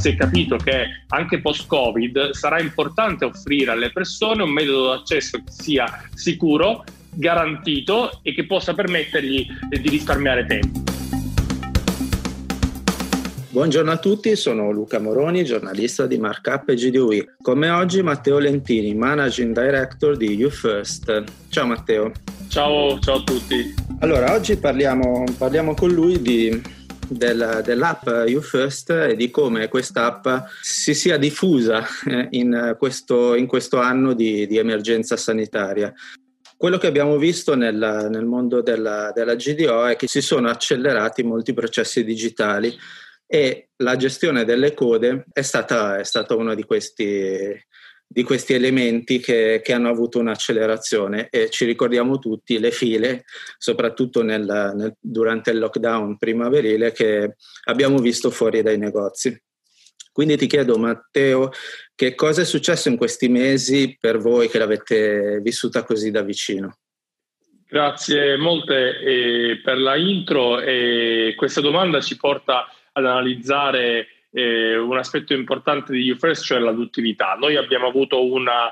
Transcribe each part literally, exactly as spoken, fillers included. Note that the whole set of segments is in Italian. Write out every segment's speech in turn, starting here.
si è capito che anche post-Covid sarà importante offrire alle persone un metodo di accesso che sia sicuro, garantito e che possa permettergli di risparmiare tempo. Buongiorno a tutti, sono Luca Moroni, giornalista di Markup e G D U I. Con me oggi Matteo Lentini, Managing Director di YouFirst. Ciao Matteo. Ciao, ciao a tutti. Allora, oggi parliamo, parliamo con lui di, del, dell'app YouFirst e di come quest'app si sia diffusa in questo, in questo anno di, di emergenza sanitaria. Quello che abbiamo visto nel, nel mondo della, della G D O è che si sono accelerati molti processi digitali e la gestione delle code è stata, è stata uno di questi, di questi elementi che, che hanno avuto un'accelerazione, e ci ricordiamo tutti le file, soprattutto nel, nel, durante il lockdown primaverile, che abbiamo visto fuori dai negozi. Quindi ti chiedo, Matteo, che cosa è successo in questi mesi per voi che l'avete vissuta così da vicino? Grazie molte eh, per la intro, e questa domanda ci porta ad analizzare eh, un aspetto importante di YouFirst, cioè l'aduttività. Noi abbiamo avuto una,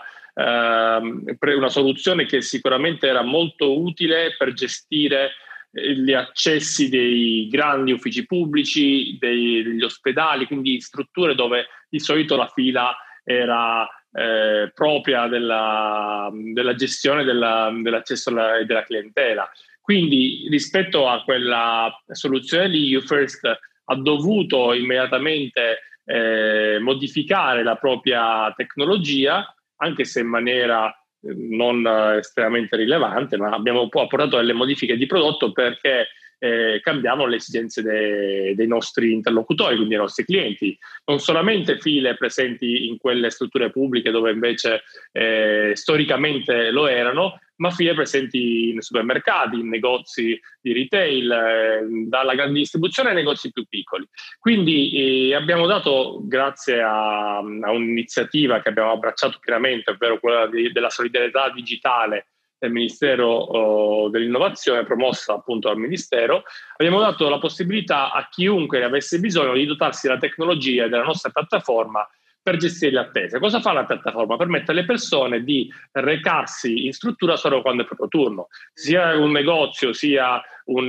eh, una soluzione che sicuramente era molto utile per gestire eh, gli accessi dei grandi uffici pubblici, dei, degli ospedali, quindi strutture dove di solito la fila era eh, propria della, della gestione della, dell'accesso alla, della clientela. Quindi rispetto a quella soluzione lì, YouFirst ha dovuto immediatamente eh, modificare la propria tecnologia, anche se in maniera eh, non estremamente rilevante, ma abbiamo poi apportato delle modifiche di prodotto perché eh, cambiamo le esigenze de- dei nostri interlocutori, quindi dei nostri clienti. Non solamente file presenti in quelle strutture pubbliche dove invece eh, storicamente lo erano, ma file presenti in supermercati, in negozi di retail, eh, dalla grande distribuzione ai negozi più piccoli. Quindi eh, abbiamo dato, grazie a, a un'iniziativa che abbiamo abbracciato pienamente, ovvero quella di, della solidarietà digitale del Ministero oh, dell'Innovazione, promossa appunto dal Ministero, abbiamo dato la possibilità a chiunque ne avesse bisogno di dotarsi della tecnologia e della nostra piattaforma per gestire le attese. Cosa fa la piattaforma? Permette alle persone di recarsi in struttura solo quando è il proprio turno. Sia un negozio, sia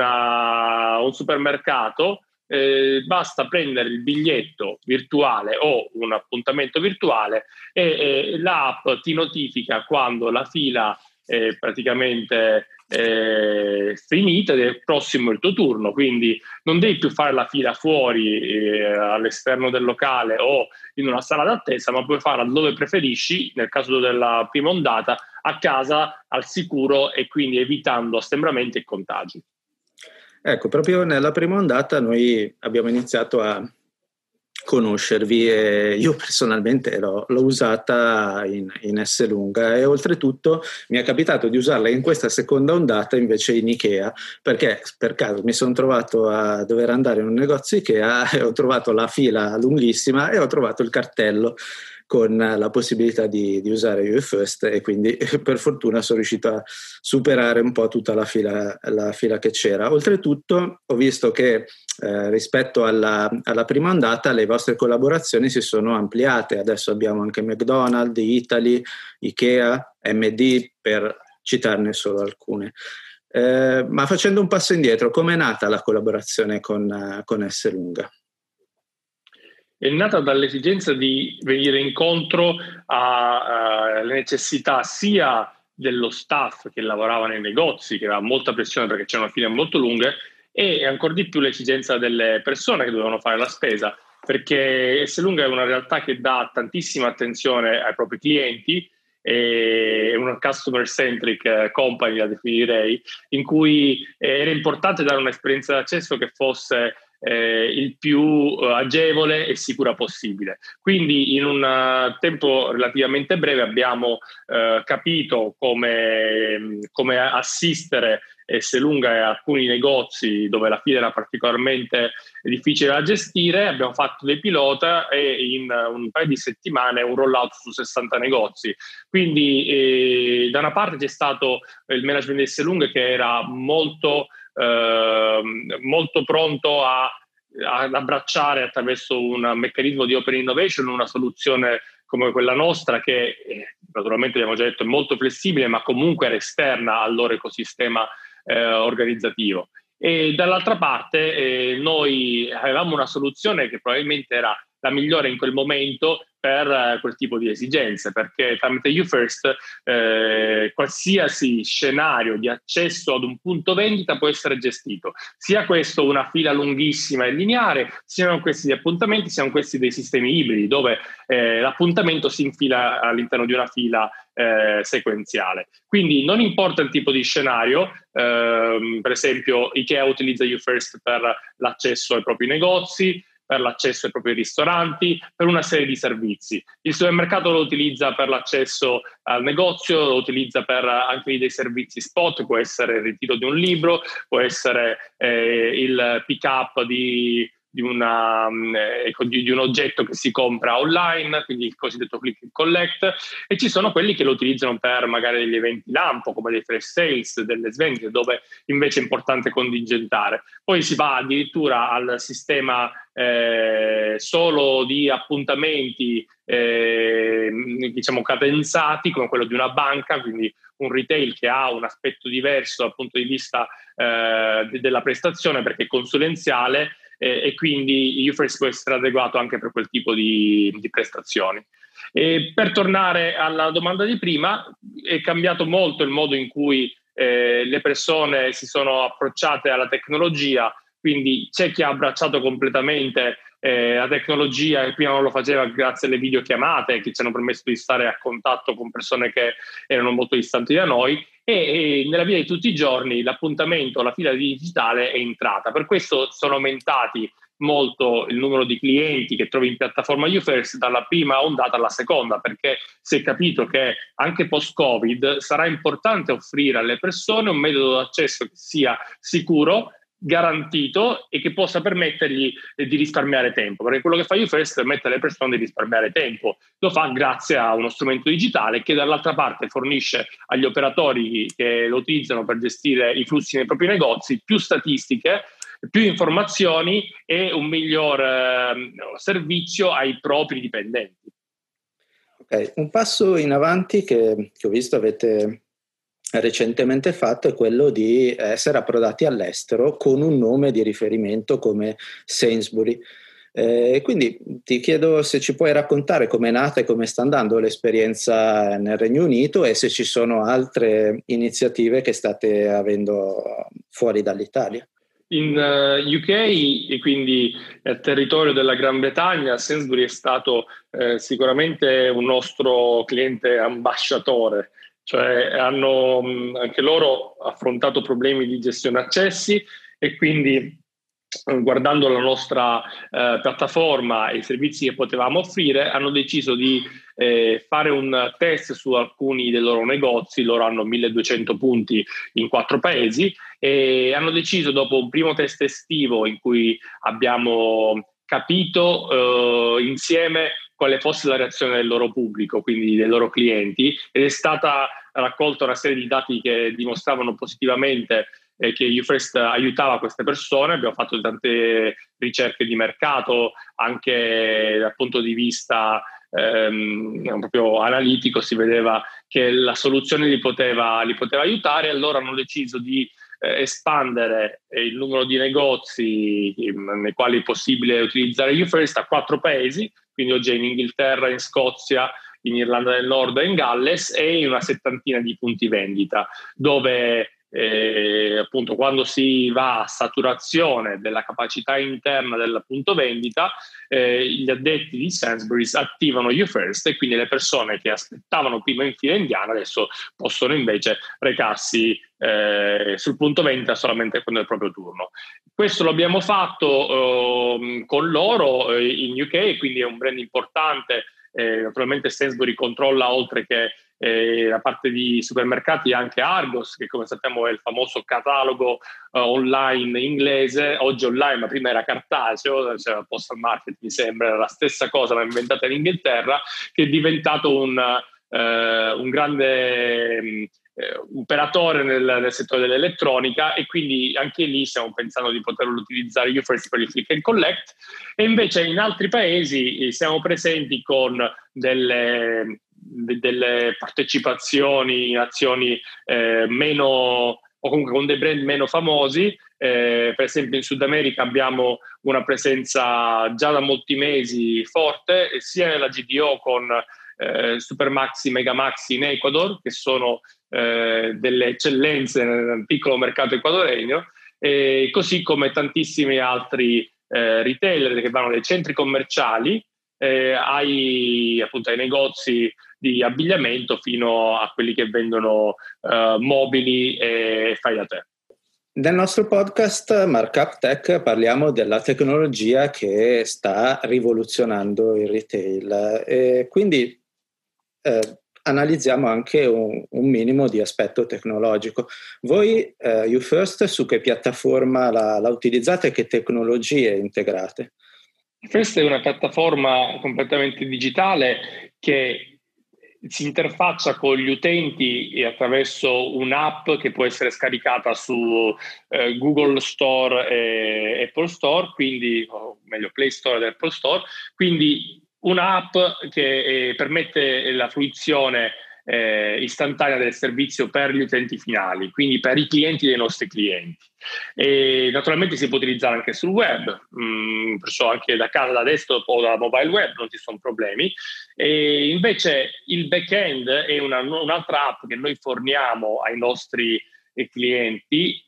una, un supermercato, eh, basta prendere il biglietto virtuale o un appuntamento virtuale e, e l'app ti notifica quando la fila è praticamente eh, finita ed è prossimo il tuo turno, quindi non devi più fare la fila fuori eh, all'esterno del locale o in una sala d'attesa, ma puoi farla dove preferisci, nel caso della prima ondata, a casa, al sicuro, e quindi evitando assembramenti e contagi. Ecco, proprio nella prima ondata noi abbiamo iniziato a conoscervi e io personalmente l'ho, l'ho usata in, in Esselunga, e oltretutto mi è capitato di usarla in questa seconda ondata invece in Ikea, perché per caso mi sono trovato a dover andare in un negozio Ikea e ho trovato la fila lunghissima e ho trovato il cartello con la possibilità di, di usare YouFirst, e quindi per fortuna sono riuscito a superare un po' tutta la fila, la fila che c'era. Oltretutto ho visto che eh, rispetto alla, alla prima ondata le vostre collaborazioni si sono ampliate. Adesso abbiamo anche McDonald's, Italy, Ikea, M D, per citarne solo alcune. Eh, ma facendo un passo indietro, com'è nata la collaborazione con, con Esselunga? È nata dall'esigenza di venire incontro alle necessità sia dello staff che lavorava nei negozi, che aveva molta pressione perché c'erano file molto lunghe, e ancora di più l'esigenza delle persone che dovevano fare la spesa, perché Esselunga è una realtà che dà tantissima attenzione ai propri clienti, è una customer centric company, la definirei, in cui era importante dare un'esperienza d'accesso che fosse Eh, il più uh, agevole e sicura possibile. Quindi in un uh, tempo relativamente breve abbiamo uh, capito come, come assistere Esselunga e alcuni negozi dove la fila era particolarmente difficile da gestire. Abbiamo fatto dei pilota e in un paio di settimane un rollout su sessanta negozi. Quindi eh, da una parte c'è stato il management di Esselunga che era molto Eh, molto pronto a ad abbracciare attraverso un meccanismo di open innovation una soluzione come quella nostra, che eh, naturalmente abbiamo già detto è molto flessibile, ma comunque era esterna al loro ecosistema eh, organizzativo. E dall'altra parte eh, noi avevamo una soluzione che probabilmente era la migliore in quel momento per eh, quel tipo di esigenze, perché tramite YouFirst eh, qualsiasi scenario di accesso ad un punto vendita può essere gestito, sia questo una fila lunghissima e lineare, siano questi gli appuntamenti, siano questi dei sistemi ibridi dove eh, l'appuntamento si infila all'interno di una fila eh, sequenziale. Quindi non importa il tipo di scenario, ehm, per esempio IKEA utilizza YouFirst per l'accesso ai propri negozi, per l'accesso ai propri ristoranti, per una serie di servizi. Il supermercato lo utilizza per l'accesso al negozio, lo utilizza per anche dei servizi spot, può essere il ritiro di un libro, può essere eh, il pick up di, di, una, eh, di, di un oggetto che si compra online, quindi il cosiddetto click and collect, e ci sono quelli che lo utilizzano per magari degli eventi lampo, come dei flash sales, delle svendite, dove invece è importante contingentare. Poi si va addirittura al sistema Eh, solo di appuntamenti eh, diciamo cadenzati, come quello di una banca, quindi un retail che ha un aspetto diverso dal punto di vista eh, de- della prestazione, perché è consulenziale eh, e quindi YouFirst può essere adeguato anche per quel tipo di, di prestazioni. E per tornare alla domanda di prima, è cambiato molto il modo in cui eh, le persone si sono approcciate alla tecnologia. Quindi c'è chi ha abbracciato completamente eh, la tecnologia e prima non lo faceva grazie alle videochiamate che ci hanno permesso di stare a contatto con persone che erano molto distanti da noi, e, e nella vita di tutti i giorni l'appuntamento, la fila digitale è entrata. Per questo sono aumentati molto il numero di clienti che trovi in piattaforma YouFirst dalla prima ondata alla seconda, perché si è capito che anche post-Covid sarà importante offrire alle persone un metodo d'accesso che sia sicuro, garantito e che possa permettergli di risparmiare tempo, perché quello che fa YouFirst permette alle persone di risparmiare tempo, lo fa grazie a uno strumento digitale che dall'altra parte fornisce agli operatori che lo utilizzano per gestire i flussi nei propri negozi più statistiche, più informazioni e un miglior eh, servizio ai propri dipendenti. Ok, un passo in avanti che, che ho visto avete recentemente fatto è quello di essere approdati all'estero con un nome di riferimento come Sainsbury. Eh, quindi ti chiedo se ci puoi raccontare com'è nata e come sta andando l'esperienza nel Regno Unito e se ci sono altre iniziative che state avendo fuori dall'Italia. In uh, U K e quindi nel territorio della Gran Bretagna, Sainsbury è stato eh, sicuramente un nostro cliente ambasciatore. Cioè hanno mh, anche loro affrontato problemi di gestione accessi e quindi guardando la nostra eh, piattaforma e i servizi che potevamo offrire, hanno deciso di eh, fare un test su alcuni dei loro negozi. Loro hanno milleduecento punti in quattro paesi e hanno deciso, dopo un primo test estivo in cui abbiamo capito eh, insieme quale fosse la reazione del loro pubblico, quindi dei loro clienti, ed è stata raccolta una serie di dati che dimostravano positivamente eh, che YouFirst aiutava queste persone. Abbiamo fatto tante ricerche di mercato, anche dal punto di vista ehm, proprio analitico, si vedeva che la soluzione li poteva, li poteva aiutare. Allora hanno deciso di eh, espandere il numero di negozi nei quali è possibile utilizzare YouFirst a quattro paesi, quindi oggi è in Inghilterra, in Scozia, in Irlanda del Nord e in Galles, e in una settantina di punti vendita, dove eh, appunto quando si va a saturazione della capacità interna del punto vendita, eh, gli addetti di Sainsbury's attivano YouFirst e quindi le persone che aspettavano prima in fila indiana adesso possono invece recarsi eh, sul punto vendita solamente quando è il proprio turno. Questo lo abbiamo fatto eh, con loro eh, in U K, quindi è un brand importante. Eh, naturalmente Sainsbury controlla, oltre che eh, la parte di supermercati, anche Argos, che come sappiamo è il famoso catalogo eh, online inglese, oggi online ma prima era cartaceo, cioè postal market mi sembra, era la stessa cosa ma inventata in Inghilterra, che è diventato un, eh, un grande eh, operatore nel, nel settore dell'elettronica, e quindi anche lì stiamo pensando di poterlo utilizzare YouFirst per il click and collect. E invece in altri paesi siamo presenti con delle, delle partecipazioni in azioni eh, meno, o comunque con dei brand meno famosi. Eh, per esempio in Sud America abbiamo una presenza già da molti mesi forte, sia nella G D O con eh, Supermaxi, Megamaxi in Ecuador, che sono eh, delle eccellenze nel piccolo mercato ecuadoregno, e così come tantissimi altri eh, retailer che vanno dai centri commerciali eh, ai, appunto, ai negozi di abbigliamento fino a quelli che vendono eh, mobili e fai da te. Nel nostro podcast Markup Tech parliamo della tecnologia che sta rivoluzionando il retail e quindi eh, analizziamo anche un, un minimo di aspetto tecnologico. Voi, eh, YouFirst, su che piattaforma la, la utilizzate e che tecnologie integrate? YouFirst è una piattaforma completamente digitale che si interfaccia con gli utenti attraverso un'app che può essere scaricata su eh, Google Store e Apple Store, quindi, o meglio Play Store ed Apple Store, quindi un'app che eh, permette la fruizione eh, istantanea del servizio per gli utenti finali, quindi per i clienti dei nostri clienti. E naturalmente si può utilizzare anche sul web, mh, perciò anche da casa, da desktop o da mobile web non ci sono problemi. E invece il back-end è una, un'altra app che noi forniamo ai nostri clienti,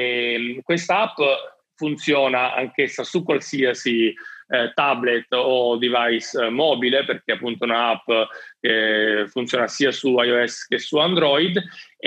e questa app funziona anch'essa su qualsiasi eh, tablet o device eh, mobile, perché è appunto un'app che funziona sia su iOS che su Android, e,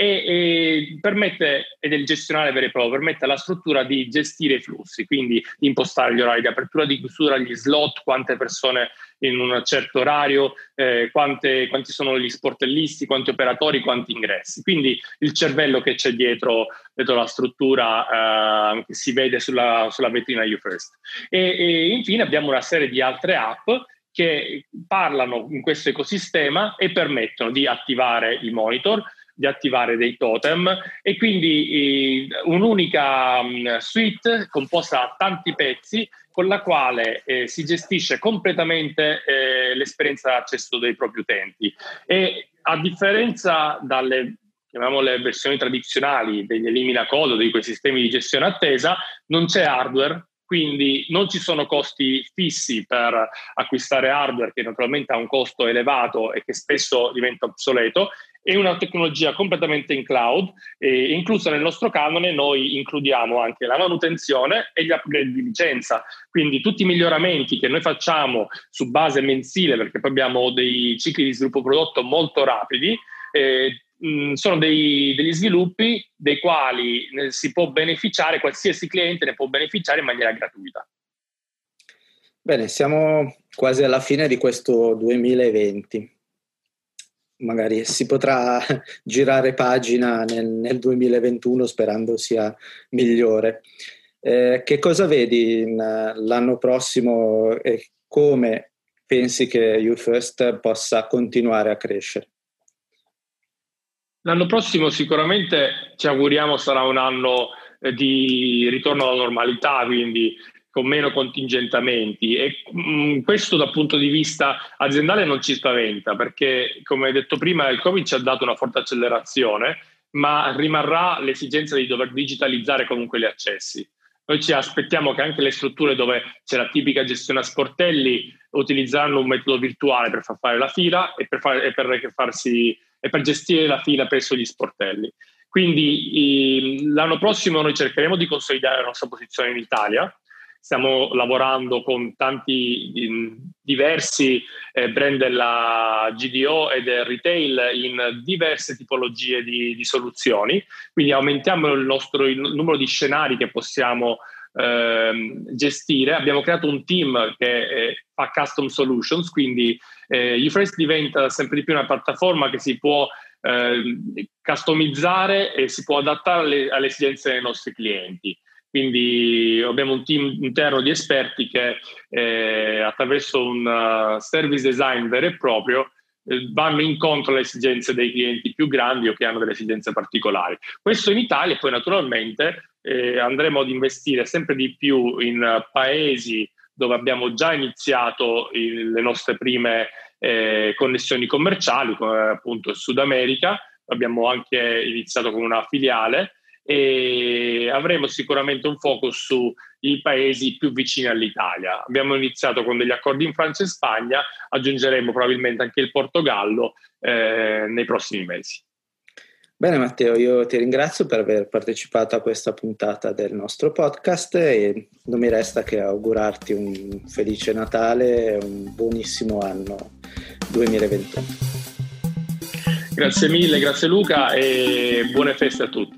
e permette, ed è il gestionale vero e proprio, permette alla struttura di gestire i flussi, quindi impostare gli orari di apertura, di chiusura, gli slot, quante persone in un certo orario, eh, quante, quanti sono gli sportellisti, quanti operatori, quanti ingressi. Quindi il cervello che c'è dietro, dietro la struttura eh, che si vede sulla, sulla vetrina YouFirst. E, e infine abbiamo una serie di altre app che parlano in questo ecosistema e permettono di attivare i monitor, di attivare dei totem, e quindi eh, un'unica um, suite composta da tanti pezzi con la quale eh, si gestisce completamente eh, l'esperienza d'accesso dei propri utenti. E a differenza dalle, chiamiamole, versioni tradizionali degli elimina code o di quei sistemi di gestione attesa, non c'è hardware. Quindi non ci sono costi fissi per acquistare hardware, che naturalmente ha un costo elevato e che spesso diventa obsoleto. È una tecnologia completamente in cloud, e inclusa nel nostro canone noi includiamo anche la manutenzione e gli upgrade di licenza. Quindi tutti i miglioramenti che noi facciamo su base mensile, perché poi abbiamo dei cicli di sviluppo prodotto molto rapidi, eh, sono dei, degli sviluppi dei quali si può beneficiare, qualsiasi cliente ne può beneficiare in maniera gratuita. Bene, siamo quasi alla fine di questo duemilaventi. Magari si potrà girare pagina nel, nel duemilaventuno sperando sia migliore. Eh, che cosa vedi in, l'anno prossimo e come pensi che YouFirst possa continuare a crescere? L'anno prossimo sicuramente ci auguriamo sarà un anno eh, di ritorno alla normalità, quindi con meno contingentamenti, e mh, questo dal punto di vista aziendale non ci spaventa, perché come detto prima il Covid ci ha dato una forte accelerazione, ma rimarrà l'esigenza di dover digitalizzare comunque gli accessi. Noi ci aspettiamo che anche le strutture dove c'è la tipica gestione a sportelli utilizzeranno un metodo virtuale per far fare la fila e per, fare, e per farsi e per gestire la fila presso gli sportelli. Quindi eh, l'anno prossimo noi cercheremo di consolidare la nostra posizione in Italia. Stiamo lavorando con tanti in, diversi eh, brand della G D O e del retail in diverse tipologie di, di soluzioni. Quindi aumentiamo il nostro il numero di scenari che possiamo eh, gestire. Abbiamo creato un team che eh, fa custom solutions, quindi eh, YouFirst diventa sempre di più una piattaforma che si può eh, customizzare e si può adattare alle, alle esigenze dei nostri clienti. Quindi abbiamo un team interno di esperti che eh, attraverso un uh, service design vero e proprio eh, vanno incontro alle esigenze dei clienti più grandi o che hanno delle esigenze particolari. Questo in Italia, e poi naturalmente eh, andremo ad investire sempre di più in uh, paesi dove abbiamo già iniziato il, le nostre prime eh, connessioni commerciali, come appunto il Sud America. Abbiamo anche iniziato con una filiale e avremo sicuramente un focus sui paesi più vicini all'Italia. Abbiamo iniziato con degli accordi in Francia e Spagna, aggiungeremo probabilmente anche il Portogallo eh, nei prossimi mesi. Bene Matteo, io ti ringrazio per aver partecipato a questa puntata del nostro podcast e non mi resta che augurarti un felice Natale e un buonissimo anno duemilaventuno. Grazie mille, grazie Luca e buone feste a tutti.